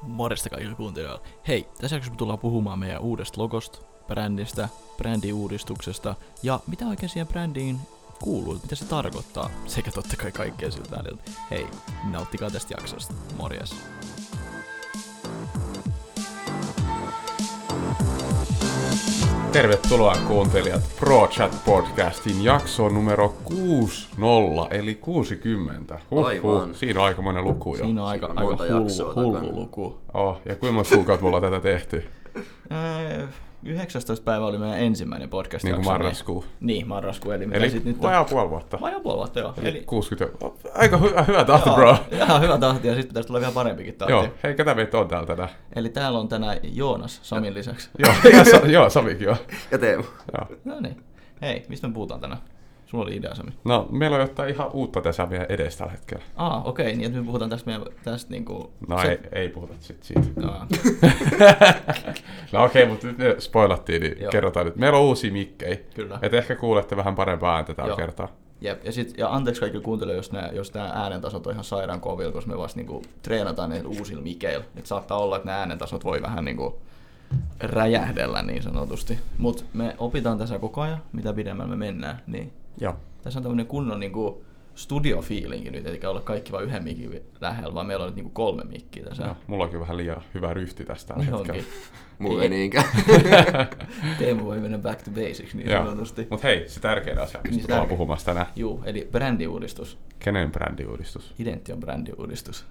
Morjesta kaikille kuuntelijoille. Hei, tässä jaksossa me tullaan puhumaan meidän uudesta logosta, brändistä, brändiuudistuksesta ja mitä oikein siihen brändiin kuuluu, mitä se tarkoittaa, sekä totta kai kaikkea siltä väliltä. Hei, nauttikaa tästä jaksosta. Morjes. Tervetuloa kuuntelijat Pro Chat Podcastin jaksoon numero 60, eli 60. Aivan. Siinä on aikamoinen luku jo. Siinä on aika hullu luku. Ja kuinka monta kuukautta mulla on tätä tehty? 19. päivä oli meidän ensimmäinen podcast Niin jakso. kuin marraskuu. Niin, marraskuu. Eli nyt vajaa puoli vuotta. Vajaa puoli vuotta, joo. Eli 60. Aika hyvä tahti, bro. Joo, hyvä tahti ja sitten pitäisi tulla vielä parempikin tahti. Joo, hei, ketä meitä on täällä tänään? Eli täällä on tänään Joonas Samin lisäksi. Joo, Samikin on. Ja Teemu. Joo. No niin. Hei, mistä me puhutaan tänään? Sulla oli idea, Sami. No, meillä on jotain ihan uutta tässä meidän edessä tällä hetkellä. Okei, niin että me puhutaan tästä niinku... No ei puhuta sit siitä. No. No okei, mutta nyt ne spoilattiin, niin Joo. kerrotaan nyt. Meillä on uusia mikkejä. Kyllä. Et ehkä kuulette vähän parempaa ääntä tällä Joo. kertaa. Jep, ja anteeksi kaikille kuuntelijoille, jos nämä äänentasot on ihan sairaan kovilla, koska me vasta niinku treenataan ne uusilla mikeillä. Et saattaa olla, että nämä äänentasot voi vähän niinku räjähdellä niin sanotusti. Mutta me opitaan tässä koko ajan, mitä pidemmällä me mennään. Niin Joo. tässä on tämmöinen kunnon niinku studio-feelingi nyt, eikä olla kaikki vain yhden mikin lähellä, vaan meillä on nyt niinku 3 mikkiä tässä. No, mulla onkin vähän liian hyvä ryhti tästä tällä Niin hetkellä. onkin. Mulla ei niinkään. Teemu voi mennä back to basics niin Joo. sanotusti. Mut hei, se tärkein asia, Niin mistä se ollaan tärkein. puhumassa tänään. Juu, eli brändiuudistus. Kenen brändiuudistus? Idention brändiuudistus.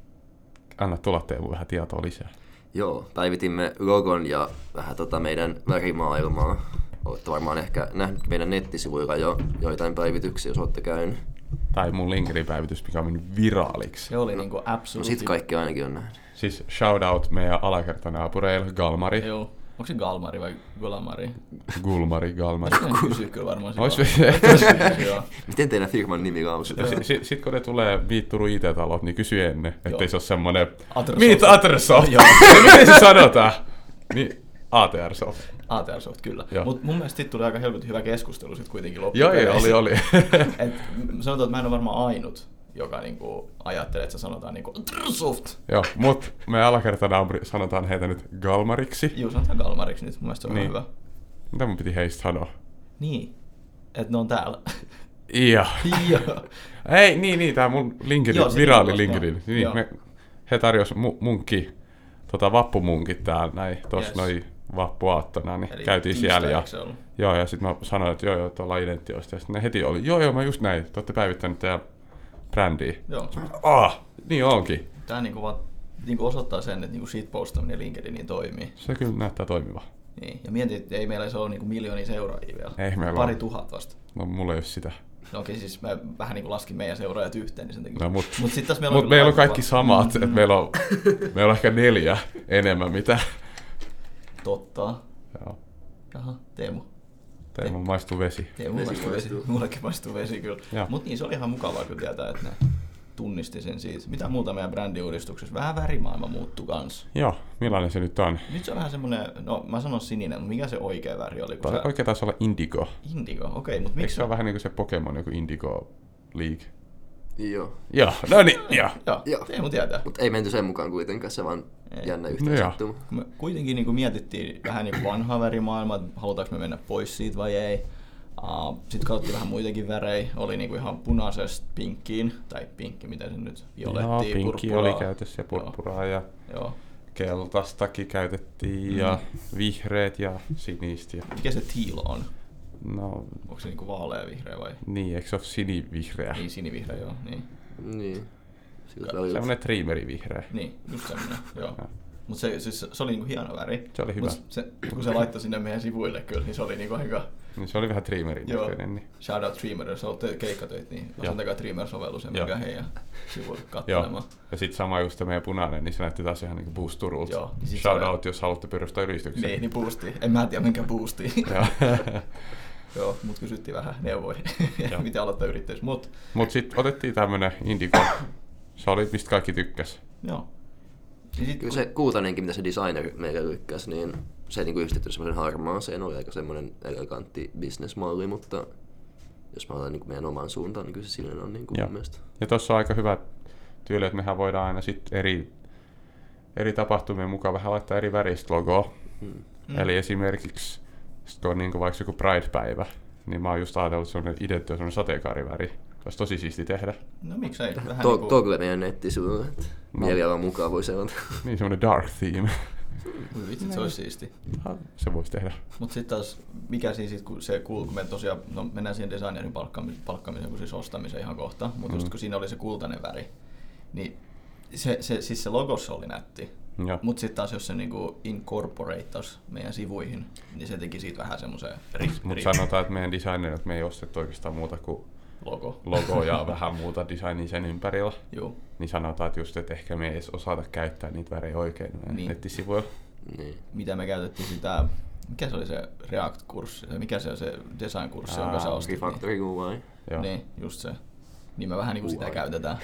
Anna tulla Teemu vähän tietoa lisää. Joo, päivitimme logon ja vähän meidän värimaailmaa. Olette varmaan ehkä nähnyt meidän nettisivuilla jo joitain päivityksiä, jos olette käynyt. Tai mun LinkedIn päivitys, mikä on mennyt viraaliksi. Se oli niinku No absoluutti. sit kaikki ainakin on nähnyt. Siis shout out meidän alakertanaapureille, Galmari. Joo. Onko se Galmari vai Gulamari? Gulmari. Mä kysyä kyllä varmaan Ois Joo. Miten teidän firman nimi lausutaan? Sit kun ne tulee Viitturu IT-talot, niin kysy ennen, ettei Joo. se ole semmonen... Atresoft. Meet Atresoft! Joo. Miten se sanotaan? Niin, ATR-soft. ATR-soft, kyllä. Joo. Mut mun mielestä sit tuli aika helvetin hyvä keskustelu sit kuitenkin Joo, loppupeleissä. oli. Et sanotaan, että mä en ole varmaan ainut, joka niinku ajattelee, että se sanotaan niinku Atresoft. Joo, mut meidän alakertanaapuri sanotaan heitä nyt Galmariksi. Juu, sanotaan Galmariksi nyt, mun mielestä se on Niin. hyvä. Mitä mun piti heistä sanoa? Niin, että ne on täällä. Joo. Joo. Ei, niin, tää mun LinkedIn, Joo, se viraali kuulostaa. LinkedIn. Niin, Joo. he tarjos munkki, vappumunkit täällä näin, tossa Yes. noi vappuaattona, niin Eli käytiin tiistai, siellä ja eikö se ollut? joo, ja sit mä sanoin, että joo, että ollaan identioista, ja sit ne heti oli, joo, mä just näin, te ootte päivittänyt teidän brändiä. Joo. Niin onkin. Tää niinku osoittaa sen, että niinku shitpostaminen LinkedIniin toimii. Se kyllä näyttää toimiva. Niin. Ja mietin, että ei meillä se ole niinku miljoonia seuraajia vielä. Ei meillä Pari ole. tuhat vasta. No mulla ei oo sitä. No okei, siis mä vähän niinku laskin meidän seuraajat yhteen, niin sen takia. No, mut sit tässä meillä on, meillä on kyllä kaikki samat, että meillä on ehkä 4 enemmän mitä. Totta. Joo. Aha, Teemu. Teemu maistuu vesi. Teemu maistuu vesi. Mullekin maistuu vesi kyllä. Joo. Mut niin, se oli ihan mukavaa kyllä tietää, että ne tunnisti sen siitä. Mitä muuta meidän brändiuudistuksessa? Vähän värimaailma muuttui kans. Joo, millainen se nyt on? Nyt se on vähän semmonen, no mä sanon sininen, mutta mikä se oikea väri oli? Kun Oikein taisi olla Indigo. Indigo, okei, mutta Eikö miksi se ole vähän niin kuin se Pokemon, joku Indigo League? Joo. Joo, no niin, joo. Joo. Teemu tietää. Mut ei menty sen mukaan kuitenkaan, se vaan jännä No yhteensattuma. Me kuitenkin niin kuin mietittiin vähän niin kuin vanhaa värimaailmaa, että halutaanko me mennä pois siitä vai ei. Sitten katsottiin vähän muitakin värejä, oli niin kuin ihan punaisesta pinkkiin, tai pinkki, miten se nyt, Joo, violettia, pinkki purppuraa. oli käytössä ja purppuraa ja Joo. keltaistakin käytettiin ja vihreät ja sinistä. Ja... Mikä se teal on? No Onko se niin kuin vaaleavihreä vai? niin, eikö se ole sinivihreä? Niin, sinivihreä, joo. Niin, Niin. Sillä välillä. Semmoinen triimerivihreä. niin just semmoinen, joo. Mutta se oli niinku hieno väri. Se oli hyvä. Kun se laittoi sinne meidän sivuille kyllä, niin se oli niinku aika... Niin se oli vähän triimerin Joo. näköinen. Niin. Shout out Dreamer, jos olette keikkatöitä, niin asentakaa Dreamer-sovellus ja Joo. menkää heidän sivuille Joo. katselemaan. Ja sitten sama just meidän punainen, niin se näytti taas ihan niinku Boost Turulta. Joo, niin sit Shout se- out, jos haluatte perustaa yhdistyksen. Niin boostiin. En mä tiedä minkään boostiin. Joo. Joo, mut kysyttiin vähän neuvoja, Joo. miten aloittaa yrittäjyys. Mut Sitten otettiin tämmönen Indigo. Se oli, mistä kaikki tykkäs. joo. Ja sit, Kyllä se kultainenkin, mitä se designer meille lykkäsi, niin se niinku yhdistetty semmoisen harmaaseen oli aika semmoinen elegantti business-malli, mutta jos mä otan niinku meidän omaan suuntaan, niin kyllä se silleen on niinku mun mielestä. Ja tossa on aika hyvä tyyli, että mehän voidaan aina sit eri tapahtumien mukaan vähän laittaa eri väristä logoa. Eli esimerkiksi, kun on niin vaikka joku Pride-päivä, niin mä oon just ajatellut, että se on identtiä sellainen sateenkaariväri. Olisi tosi siisti tehdä. No miksei? Vähän Togle meidän nettisivuilla, että mielialan mukaan voi seurata. Niin semmoinen dark theme. Vitsi, se olisi siisti. Se voisi tehdä. Mutta sitten taas, mikä siinä sit, kun se kun me tosiaan, no mennään siihen designerin palkkaamiseen kuin siis ostamiseen ihan kohta, mutta just kun siinä oli se kultainen väri, niin siis se logossa oli nätti. Mutta sitten taas jos se niinku incorporateas meidän sivuihin, niin se teki siitä vähän semmoisen Mutta sanotaan, että meidän designerit me ei ostettu oikeastaan muuta kuin logo ja vähän muuta designia sen ympärillä. Juu. Niin sanotaan, että just, että ehkä me ei edes osata käyttää niitä värejä oikein nettisivuilla. Niin. Mitä me käytettiin sitä, mikä se oli se React-kurssi, mikä se on se design-kurssi, jonka sä ostit? Refactoring UI. Niin, just se. Niin me vähän niinku sitä käytetään.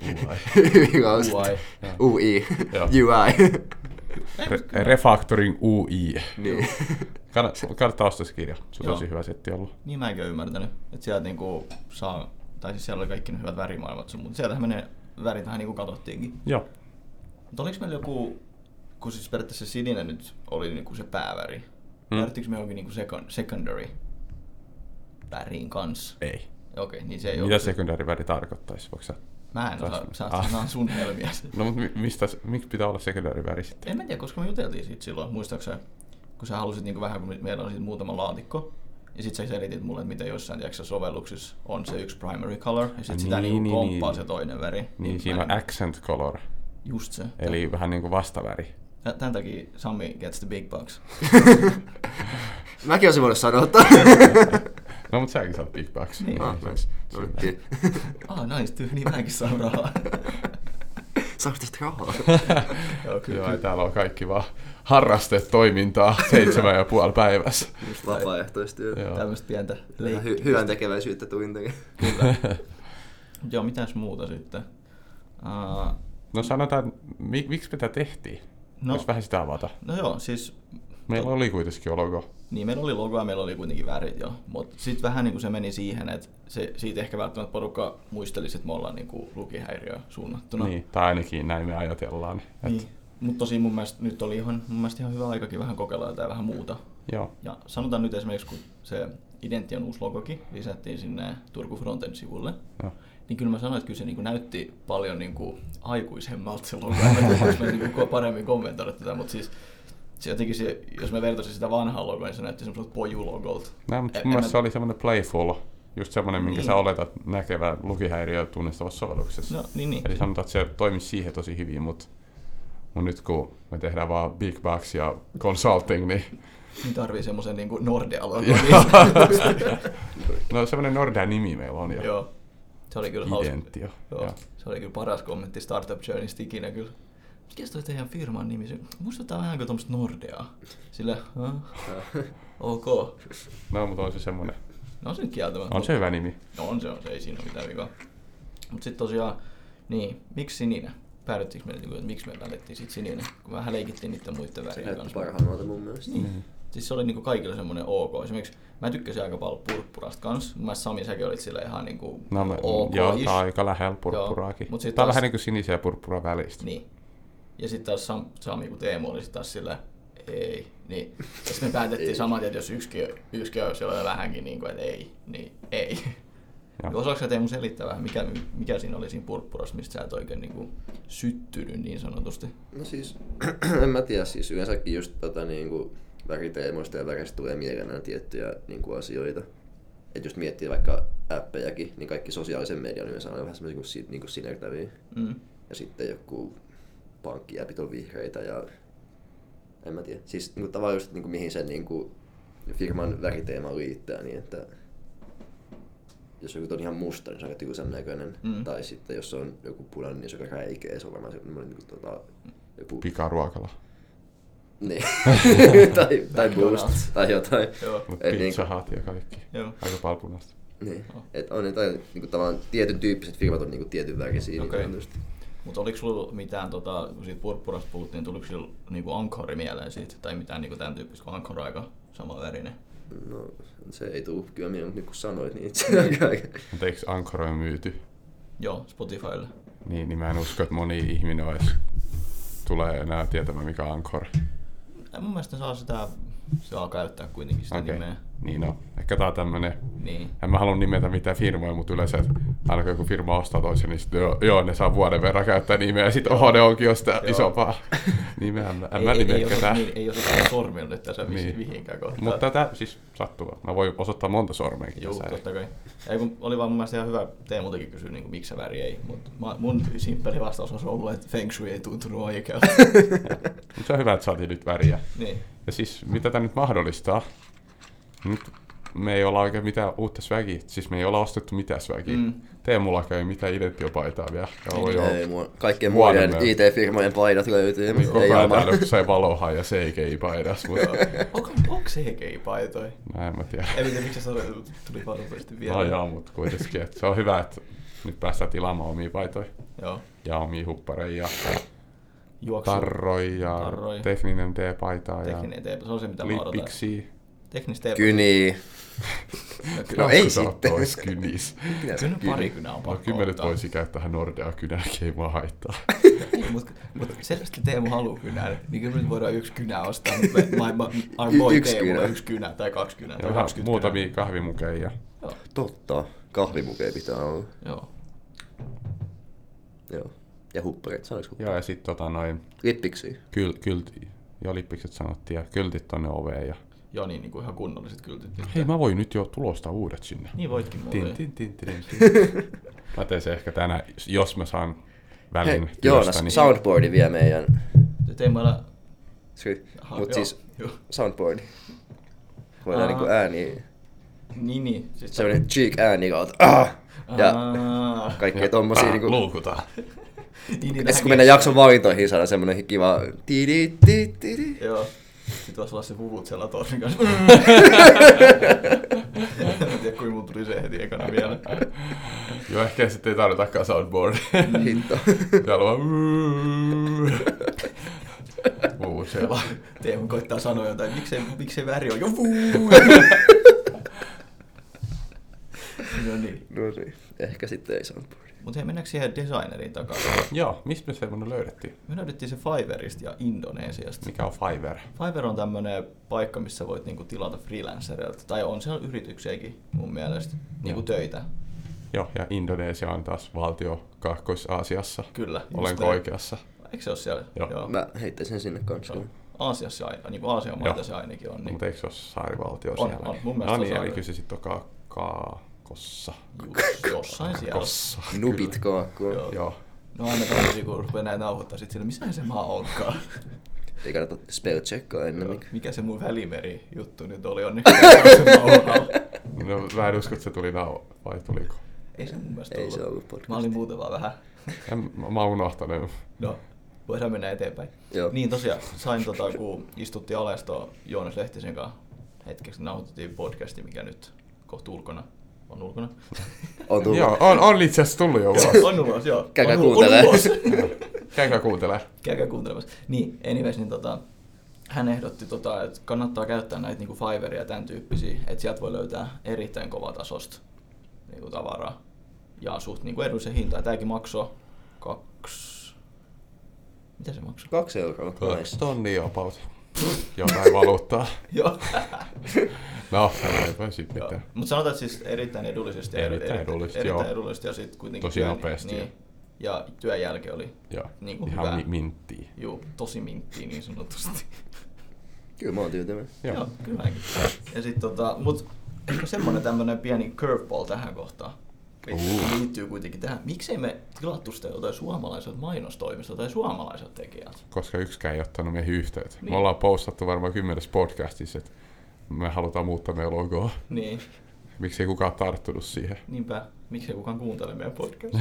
UI. UI. Refactoring UI. Niin. Kannattaa ostaa se kirja. Se on tosi hyvä setti ollut. Niin mä enkä ymmärtänyt, että sieltä niinku saa, tai siis siellä oli kaikki ne hyvät värimaailmat, mutta sieltähän me ne värit vähän niinku katsottiinkin. Joo. Mutta oliko meillä joku, kun siis periaatteessa se sininen nyt oli niinku se pääväri, käytettiinkö me johonkin niinku secondary väriin kanssa? Ei. Okei, niin se ei mitä secondary väri tarkoittaisi? Mä en osaa, nämä on sun helmiä. No mutta miksi pitää olla secondary väri sitten? En mä tiedä, koska me juteltiin siitä silloin, muistaakseni, kun sä halusit niinku vähän, kun meillä on siitä muutama laatikko, ja sit sä selitit mulle, että miten jossain sovelluksissa on se yksi primary color, ja sit sitä niinku komppaa se toinen väri. Niin siinä on accent color. Just se. Eli vähän niinku vastaväri. Tän takia Sami gets the big bucks. Mäkin olisin voinut sanoa. No mut säkin saat big bucks. Niin. Nice, niin mäkin saan rahaa. Saanko tästä rahaa? Joo, täällä on kaikki vaan harrastetoimintaa 7,5 päivässä. Just vapaaehtoistyötä. Tämmöistä pientä hyvän tekeväisyyttä tunteja. Kyllä. Joo, mitäs muuta sitten? No sanotaan, miksi me tätä tehtiin? Jos vähän sitä avata. No joo, siis... Meillä oli kuitenkin logo. Niin, meillä oli logo ja meillä oli kuitenkin värit jo. Mutta sitten vähän niin kuin se meni siihen, että siitä ehkä välttämättä porukka muistelisi, että me ollaan niin kuin lukihäiriöön suunnattuna. Niin, tai ainakin näin me ajatellaan. Niin. Mutta tosi mun mielestä nyt oli ihan hyvä aikakin vähän kokeilla jotain vähän muuta. Joo. Ja sanotaan nyt esimerkiksi, kun se Identian uusi logokin lisättiin sinne Turku Frontend-sivulle, niin kyllä mä sanoin, että kyllä se niin näytti paljon niin kuin aikuisemmalta se logo. Jos mä niin paremmin kommentoida tätä, mutta siis se jotenkin jos mä vertaisin sitä vanhaa logoa, niin se näytti semmoiselta pojulogolta. No, mutta mun mielestä se oli semmoinen playful, just semmoinen, minkä sä oletat näkevän lukihäiriö tunnistavassa sovelluksessa. No, niin. Eli sanotaan, että se toimisi siihen tosi hyvin, mutta nyt kun me tehdään vaan big bucks ja consulting, niin tarvii semmoisen niin kuin Nordea-logon. No semmoinen Nordea-nimi meillä on jo. Joo. Se oli kyllä hauska. Identio. Joo. Se oli kyllä paras kommentti Startup Journeysta ikinä kyllä. Mikäs toi teidän firman nimi? Se muistuttaa vähän kuin tommoista Nordeaa. Sillä, ok. No, mutta on se semmoinen. No on se nyt kieltämättä. On se hyvä nimi. No on se, ei siinä ole mitään vikaa. Mut sit tosiaan, niin, miksi sininen? Päädyttiinkö me, että miksi me lähdettiin sit sininen? Kun vähän leikittiin niiden muiden värien kanssa. Parhaimmalta mun mielestä. Niin. Siis se oli niinku kaikille semmoinen ok. Esimerkiksi mä tykkäsin aika paljon purppurasta kanssa. Mun mielestä Sami, säkin olit sille ihan niinku ok. Joo, tää on aika lähellä purppuraakin. Tää on vähän niinku sinisiä ja purppuran välistä. Niin. Ja sitten taas Sami, kun Teemu oli taas silleen, ei. Niin. Ja sitten me päätettiin saman, että jos yksikin olisi jollain vähänkin, niin kuin, että ei, niin ei. Osaatko sä Teemu selittää vähän, mikä siinä oli siinä purppurassa, mistä sä et oikein niin kuin syttynyt niin sanotusti? No siis, en mä tiedä, siis yleensäkin just niinku väriteemoista ja väristä tulee mielellään tiettyjä niinku asioita. Et just miettii vaikka appejakin, niin kaikki sosiaalisen median yleensä on vähän semmoisia niinku sinertäviä. Ja sitten joku pankkiäpit on vihreitä ja en mä tiedä. Siis niinku tavallaan just niinku mihin sen niinku firman väriteema liittää, niin että jos joku on ihan musta, niin se on aika tylsän näköinen. Tai sitten jos on joku punainen, niin se on aika räikeä. Se on varmaan semmoinen joku pikaruokala. Niin. tai Boost tai jotain. Mutta Pizza Hut ja kaikki. Joo. Aika paljon punaista. Niin. Et on jotain niinku tavallaan tietyn tyyppiset firmat on niinku tietyn värisiä. Okay. Mutta oliko sulla mitään, kun siitä purppurasta puhuttiin, tuliko sulla niinku ankkori mieleen siitä? Tai mitään niinku tämän tyyppistä, kun ankkori on aika sama värinen? No se ei tule kyllä mieleen, mutta kun sanoit, niin itse asiassa. Mutta eikö Anchor ole myyty? Joo, Spotifylle. Niin mä en usko, että moni ihminen olisi tulee enää tietämään mikä on Anchor. Mun mielestä se saa käyttää kuitenkin sitä nimeä. Niin no. Ehkä tää on tämmönen, Niin. en mä halua nimetä mitään firmoja, mutta yleensä aina kun joku firma ostaa toisen, niin sitten joo, ne saa vuoden verran käyttää nimeä ja sitten ne onkin jo sitä isompaa nimeä. En mä nimeä ketään. Ei osoittaa sormia nyt tässä mihinkään kohtaan. Mutta tätä siis sattuu. Mä voin osoittaa monta sormeakin tässä. Joo, totta kai. Oli vaan mun mielestä ihan hyvä, Teemultakin kysyä, niin miksi se väri ei. Mutta mun simppeli vastaus on ollut, että Feng Shui ei tuntunut oikealta. Mutta se on hyvä, että saatiin nyt väriä. Niin. Ja siis mitä tämä nyt mahdollistaa? Nyt me ei olla oikein mitään uutta swagia. Siis me ei olla ostettu mitään swagia. Teemullakaan ei mitään identiopaitaa vielä. Ei, kaikkien muiden IT-firmojen paidat löytyy. Koko ajan täällä sai valohan ja CGI-paidas. Onko CGI-paitoja? No en mä tiedä. En tiedä, miksi se tuli varmasti vielä. No joo, mutta kuitenkin. Se on hyvä, että nyt päästään tilaamaan omia paitoja. Joo. Ja omia huppareja ja Tarroja. tekninen T-paitaa ja Tekninen T, se on se mitä mä odotan. lippiksi. Teknistä Kyni. No ei sitten. Kynis. Kyllä pari kynää on pakko 10 ottaa. voisi käyttää Nordea-kynääkin, ei mua haittaa. Mutta selvästi Teemu haluaa kynää, niin kyllä nyt voidaan yksi kynää ostaa. Our boy Teemulla yksi kynä tai 2 kynää tai 20 muutamia kahvimukeja. Totta. Kahvimukeja pitää olla. Joo. Joo. Ja hupparit, saanko hupparit? Joo, ja sit Lippiksi. Joo, lippikset sanottiin, ja kyltit tonne oveen. Ja... Joo, niin kuin ihan kunnolliset kyltit. Hei, mä voin nyt jo tulostaa uudet sinne. Niin voitkin mulle. Mä teen se ehkä tänään, jos mä saan välin Hei, Joonas, niin... soundboardi vie meidän. Teemalla... Mut siis soundboardi. Voidaan niinku ääniä. Niin. Siis sellainen cheek ääni kautta. Ja kaikkea tommosia niinku... Luukutaan. Sitten kun mennään jakson valintoihin, saadaan semmonen kiva... Joo. Sitten voisi olla se Vuvutsella Torsin kanssa. En tiedä, kuinka mun tuli se heti ekana vielä. Joo, ehkä sitten ei tarvitakaan soundboard. Hitto. Täällä vaan... Vuvutsella. Teemu koittaa sanoa jotain, miksei väri on jo No niin. Ehkä sitten ei soundboard. Mutta hei, mennäänkö siihen designeriin takaisin? Joo, mistä me semmoinen löydettiin? Me löydettiin se Fiverrista ja Indonesiasta. Mikä on Fiverr? Fiverr on tämmönen paikka, missä voit niinku tilata freelancerilta. Tai on siellä yrityksiäkin mun mielestä, niinku töitä. Joo, ja Indonesia on taas valtio Kaakkois-Aasiassa. Kyllä. Olenko oikeassa? Eikö se ole siellä? Joo. Mä heittäisin sinne kanssa. Aasiassa, niin kuin Aasian maita se ainakin on. Niin. Mutta eikö se ole saarivaltio on, siellä? On, mun mielestä no niin, on eli kyllä se sitten on Kaakossa. Jossain siellä. Kaakossa. Nubit kaakkoon. Joo. No aina tämmöisiä, kun rupeaa näin nauhoittaa sit sille, missä se maa onkaan. Ei kannata spell-checkkaa ennen. Mikä se mun Välimeri-juttu nyt oli onneksi? No, mä en usko, että se tuli vai tuliko? Ei se mun mielestä Ei se ollut podcast. Mä olin muuten vaan vähän. Mä oon unohtanut. No, voidaan mennä eteenpäin. Joo. Niin tosiaan, sain kun istuttiin Alestoon Joonas Lehtisen kanssa hetkeksi, nauhoitettiin podcasti, mikä nyt kohta ulkona. On ulkona? On tullut. Joo, on itse asiassa tullut jo ulos. On ulos, joo. Käykää kuuntelee. Käykää kuuntelee. Käykää kuuntelemassa. Niin, anyways, niin hän ehdotti, että kannattaa käyttää näitä niinku Fiverria ja tämän tyyppisiä, että sieltä voi löytää erittäin kovatasosta niinku tavaraa. Ja suht niinku edullisen hintaa. Tämäkin maksoi 2... Mitä se maksoi? 2 euroa. 2 tonnia about. Jotain valuuttaa. Joo. No, ei voi sit mitään. Mutta sanotaan, että siis erittäin edullisesti. Erittäin edullisesti ja sitten kuitenkin... Tosi nopeasti. Niin, ja työn jälkeen oli niinku ihan hyvä. minttiä. Joo, tosi minttiä niin sanotusti. Kyllä mä oon tyytyväinen. Joo, kyllä mäkin. Ja sit mut ehkä semmonen tämmönen pieni curveball tähän kohtaan. Liittyy kuitenkin tähän. Miksei me tilattu sitä jotain suomalaiselta mainostoimista tai suomalaiselta tekijältä? Koska yksikään ei ottanut meihin yhteyttä. Niin. Me ollaan postattu varmaan 10 podcastissa, että me halutaan muuttaa meidän logoa. Niin. Miksi ei kukaan tarttunut siihen? Niinpä. Miksei kukaan kuuntele meidän podcastia?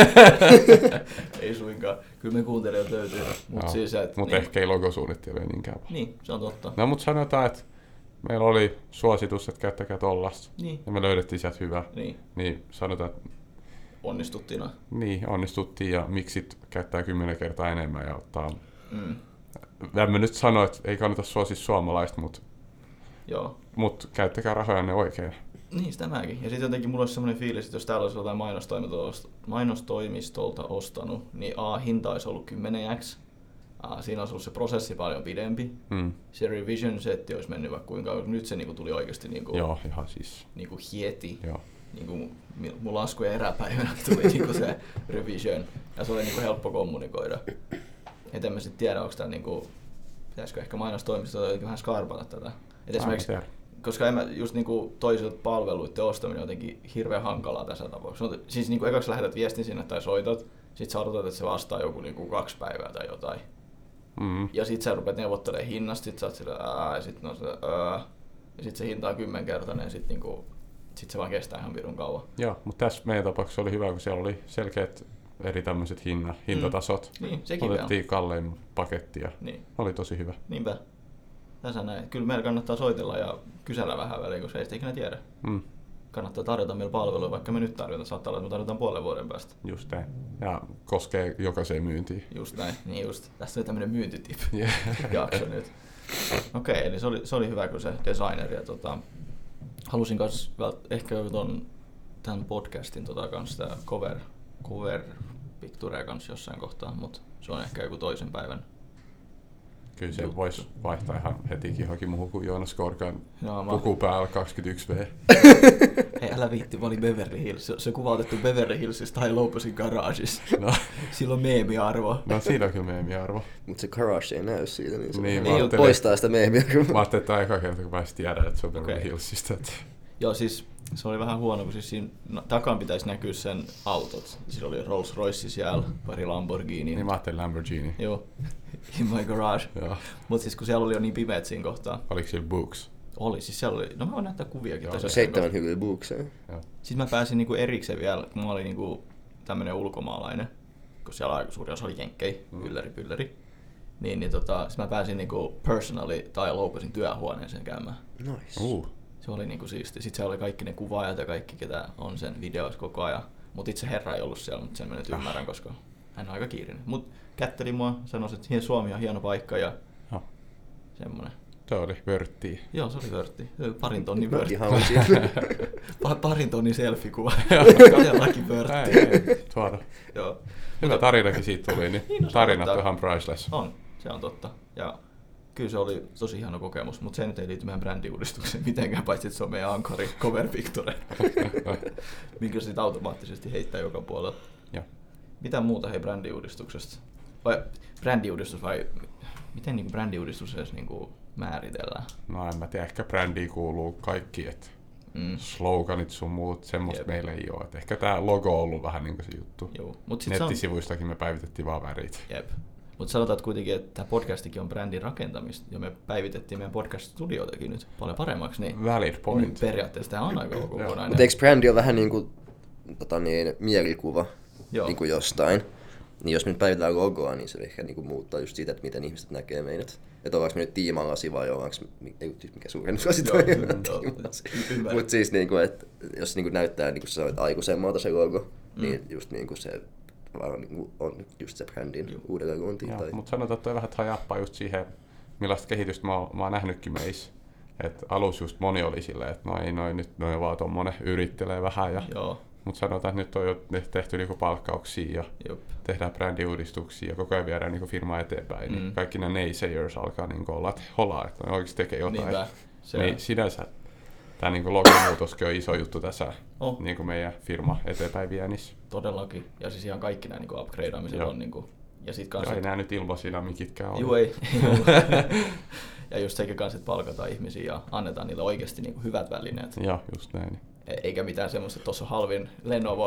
Ei suinkaan. Kyllä me kuuntelijat löytyy. Mutta siis, niin. Ehkä ei logosuunnittelijoita niinkään. Niin, se on totta. No mutta sanotaan, että meillä oli suositus, että käyttäkää tollasta. Niin. Ja me löydettiin sieltä hyvä. Niin sanotaan, että onnistuttiin. Niin, onnistuttiin ja miksit käyttää 10 kertaa enemmän ja ottaa... En mä nyt sano, että ei kannata suosia suomalaista, mutta käyttäkää rahojanne oikein. Niin, sitä mäkin. Ja sitten jotenkin mulla olisi semmoinen fiilis, että jos täällä olisi jotain mainostoimistolta ostanut, niin hinta olisi ollut 10x. Siinä olisi ollut se prosessi paljon pidempi. Se revision-setti olisi mennyt vaikka kuinka, nyt se niinku tuli oikeasti niinku, Joo, ihan siis. Niinku hieti. Joo. Niinku, mun laskujen eräpäivänä tuli niinku se revision, ja se oli niinku helppo kommunikoida. Et en mä sit tiedä, onko tää niinku, pitäisikö ehkä mainostoimistolla jotenkin vähän skarpata tätä. Et esimerkiksi, koska en mä just niinku toisilta palveluiden ostaminen on jotenkin hirveän hankalaa tässä tapauksessa. Siis niinku ekaksi lähetät viestin sinne tai soitat, sit sä odotat, että se vastaa joku niinku 2 päivää tai jotain. Ja sit sä rupeat neuvottelemaan hinnasta, sit sä oot sillä ja sit no sillä ja sit se hinta on 10-kertainen, sit niinku sit se vaan kestää ihan virun kauan. Joo, mutta tässä meidän tapauksessa oli hyvä, kun siellä oli selkeät eri tämmöiset hintatasot. Niin, sekin otettiin kallein paketti ja oli tosi hyvä. Niinpä. Tässä näin. Kyllä meillä kannattaa soitella ja kysellä vähän väliin, koska ei sitä ikinä tiedä. Kannattaa tarjota meillä palveluja, vaikka me nyt tarjotaan. Saattaa olla, että me tarjotaan puolen vuoden päästä. Just näin. Ja koskee jokaiseen myyntiin. Just näin. Niin just. Tässä oli tämmönen myyntitip jakso nyt. Okei, eli se oli hyvä, kun se designer. Ja halusin kans ehkä tämän podcastin kanssa tää cover picturea kanssa jossain kohtaa, mutta se on ehkä joku toisen päivän. Kyllä se voisi vaihtaa ihan hetikin johonkin muuhun kuin Joonas Korkan puku päällä 21V. Hei, älä viitti, mä olin Beverly Hills. Se on kuvautettu Beverly Hillsista tai Lopesin garageissa. No. Sillä on meemiarvo. No siinä on kyllä meemiarvo. Mutta se garage ei näy siitä, niin se niin, poistaa sitä meemiarvoa. Mä ajattelin, että eka kerta, kun mä edes tiedän, että se on Beverly Hillsista. Joo, siis se oli vähän huono, kun siis siinä takan pitäisi näkyä sen autot. Sillä oli Rolls Royce siellä, pari Lamborghini. Niin mä ajattelin Lamborghini. Joo, in my garage. Mutta siis kun siellä oli jo niin pimeät siinä kohtaa. Oliko siellä books? Oli, siis siellä oli, no mä voin näyttää kuviakin. Joo, 7 hyviä bookseja. Sitten mä pääsin niinku erikseen vielä, kun mä olin niinku tämmönen ulkomaalainen, kun siellä aika suuri osa oli jenkkejä, pylleri. Niin sit mä pääsin niinku personally tai Lopesin työhuoneeseen käymään. Nice. Se oli niinku siisti. Sitten siellä oli kaikki ne kuvaajat ja kaikki, ketä on sen videoissa koko ajan. Mut itse herra ei ollut siellä, mutta sen mä nyt ymmärrän, koska hän on aika kiireinen. Mut kätteli mua, sanoi, että Suomi on hieno paikka ja semmonen. Se oli vörttiä. Joo, se oli vörtti. Parin tonnin vörtti. Parin tonnin selfie-kuva. Todellakin vörtti. Tuoda. Joo. Hyvä tarinakin siitä tuli, niin tarinat on ihan priceless. On, se on totta. Ja kyllä se oli tosi hieno kokemus, mutta se nyt ei liity meidän brändiuudistukseen mitenkään, paitsi että se on meidän ankari cover picture, minkä sitten automaattisesti heittää joka puolella. Mitä muuta hei brändiuudistuksesta? Vai brändiuudistus vai miten niinku brändiuudistus edes niinku määritellään? No en mä tiedä, ehkä brändiin kuuluu kaikki, että sloganit sun muut, semmoista meillä ei ole. Et ehkä tää logo on ollut vähän niinku se juttu. Joo, nettisivuistakin me päivitettiin vaan värit. Jep. Mutta sanotaan kuitenkin, että tämä podcastikin on brändin rakentamista, ja me päivitettiin meidän podcast-studiotakin nyt paljon paremmaksi. Niin valid point. Niin periaatteessa tämä on aika kokonainen. Mutta eikö brändi ole vähän niin kuin mielikuva niin kuin jostain? Niin jos me nyt päivitään logoa, niin se ehkä niin kuin muuttaa just siitä, että miten ihmiset näkee meidät. Että ollaanko me nyt tiimalasi vai ollaanko mikä suurennuslasi toi? Mutta siis, niin kuin, että jos niin kuin näyttää niin kuin sä olet aikuisemmalta se logo, niin just niin kuin se on just se brändin uudelleenluonti. Mutta sanotaan, että toi vähän hajappaa just siihen, millaista kehitystä mä oon nähnytkin meissä. Et alussa just moni oli silleen, että noi vaan tommonen yrittelee vähän. Mutta sanotaan, että nyt on jo tehty niinku palkkauksia ja tehdään brändiuudistuksia ja koko ajan viedään niinku firmaa eteenpäin. Niin kaikki nämä naysayers alkaa niinku olla, että holaa, että ne oikeasti tekee jotain. Niin sinänsä tämä niinku logomuutoskin on iso juttu tässä niinku meidän firma eteenpäin viennissä. Todellakin. Ja siis ihan kaikki nämä niinku upgradeamiset on niinku. Ja sit kans ei nää nyt ilmaisina mikitkään ole. Joo, ei. Ja just sekin kanssa, että palkataan ihmisiä ja annetaan niille oikeasti niinku hyvät välineet. Joo, just näin. Eikä mitään semmoista, että tuossa on halvin Lenovo,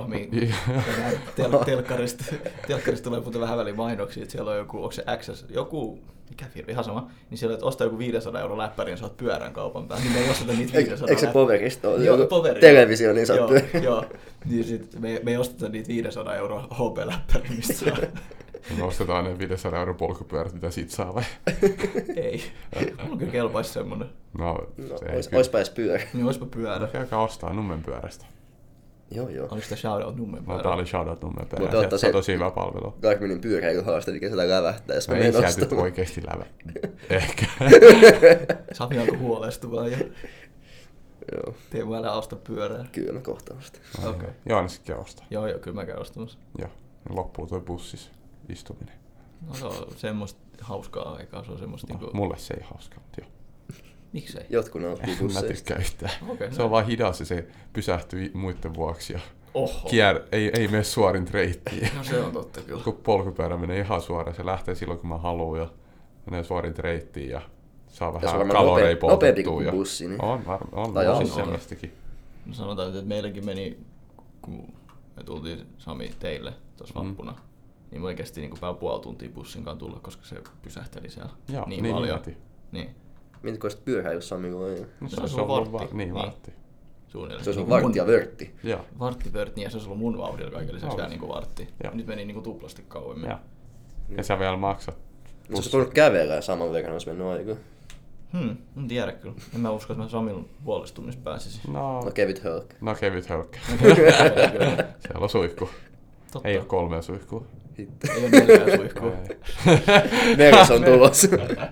telkkarista tulee muuten vähän väliin mainoksia, että siellä on joku, onko se Access, joku, mikä firma, ihan sama, niin siellä, että ostaa joku 500 € läppäri, niin saat pyörän kaupan päällä, niin me ei osteta niitä 500 €. Eikö se Poverista ole joku televisio, niin saat pyörän? Joo, niin sit me ei osteta niitä 500 € HP-läppäri, mistä saa. Me ostetaan ne 500 € polkupyörät, mitä siitä saa vai? Ei, mulla kyllä kelpaisi semmonen. No oispa edes pyörä. Niin oispa pyörä. Käykää ostaa Nummen pyörästä. Joo. Oliko sitä shoutout Nummen pyörä? No tää oli shoutout Nummen pyörä. Se on tosi hyvä palvelu. Garminin pyöräilyhaaste, mikä sitä lävähtää, jos mä menen ostamaan. Ei sieltä nyt oikeesti lävä. Ehkä. Sami alkoi huolestuvaa ja joo. Teemu, älä osta pyörää. Kyllä mä kohta ostan. Okei. Joo, niin sit käy ostaa. Joo, kyllä mä käyn ostamassa. Joo, loppuu toi bussis istuminen. No se on semmoista hauskaa aikaa, se on semmoista No, niinku... mulle se ei hauskaa, mutta joo. Miksei? Jotkut nauttii Mä busseista. tykkään yhtään. Okei, Se on vaan hidas ja se pysähtyy muiden vuoksi ja Oho. ei mene suorin reittiin. No se on totta kyllä. Kun polkupyörä menee ihan suoraan, se lähtee silloin kun mä haluan ja menee suorin reittiin ja saa Ja se on vähän varmaan kaloreja nopeampi poltettua. kuin bussi. Niin. On Tai busissa on. semmoistakin. No sanotaan, että meilläkin meni, kun me tultiin Sami teille tuossa vappuna, niin me kesti niinku päällä puoli tuntia bussin kanssa tulla, koska se pysähteli siellä Joo, niin paljon. Niin. Mietit, kun olisit pyöräillyt Sami voi. No, Se olisi ollut vartti. Niin, vartti. Suunnilleen. Se olisi ollut Niinku vartti ja vörtti. Joo. Vartti vörtti, niin ja se olisi ollut mun vauhdilla kaiken lisäksi Olisi. vielä niinku vartti. Joo. Nyt meni niinku tuplasti kauemmin. Joo. Ja sä vielä maksat. Mutta se olisi tullut kävellä ja saman verran olisi mennyt aikaa. En tiedä kyllä. En mä usko, että mä Samin puolesta tunnissa pääsisin. No kevyt hölkkä. No kevyt hölkkä. Kyllä. Siellä on suihku. Totta. Ei ole 3 suihkua. Hitto. Ei ole 4 suihkua. Neljäs on tulossa.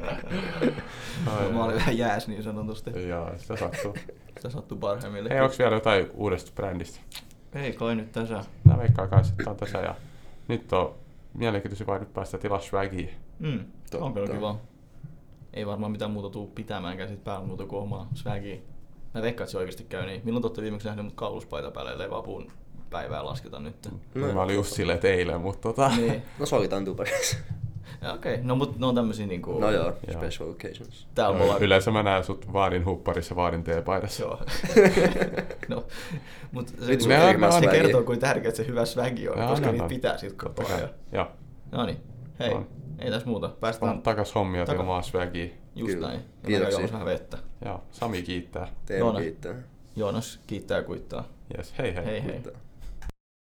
Mä olin vähän jääs niin sanotusti. Joo, sitä sattuu. Sitä sattuu parhaimmille. Hei, onks vielä jotain uudesta brändistä? Ei kai nyt tässä. Mä veikkaan kanssa, että on tässä ja nyt on mielenkiintoisia vaan nyt päästä tilaa swagia. On kyllä kiva. Ei varmaan mitään muuta tuu pitämäänkään sit päällä muuta kuin omaa swagia. Mä veikkaan, että se oikeesti käy niin. Milloin te ootte viimeksi nähnyt mut kauluspaita päälle, ellei vapuun päivää lasketa nyt? No, mä olin just silleen teille, mutta Niin. No solitaan tuparissa. Ja okei, no mut ne on tämmösiä niinku... No joo, Joo. special occasions. Täällä me ollaan... Yleensä mä näen sut vaadin hupparissa, vaadin teepaidassa. Joo. No, mut se, Vitsi, se, firma se swagi. kertoo, kuinka tärkeä se hyvä swagi on, Joo, koska on, niitä on. pitää sit koko ajan. Joo. Noniin, hei, On. ei tässä muuta. Päästään On takas hommia Taka- ilmaa swagia. just Kyllä. näin. Kiitoksia. Ja vähän vettä. Joo, Sami kiittää. Teemu Joona. kiittää. Joonas kiittää ja kuittaa. Yes, hei hei. Hei hei. Kuittaa.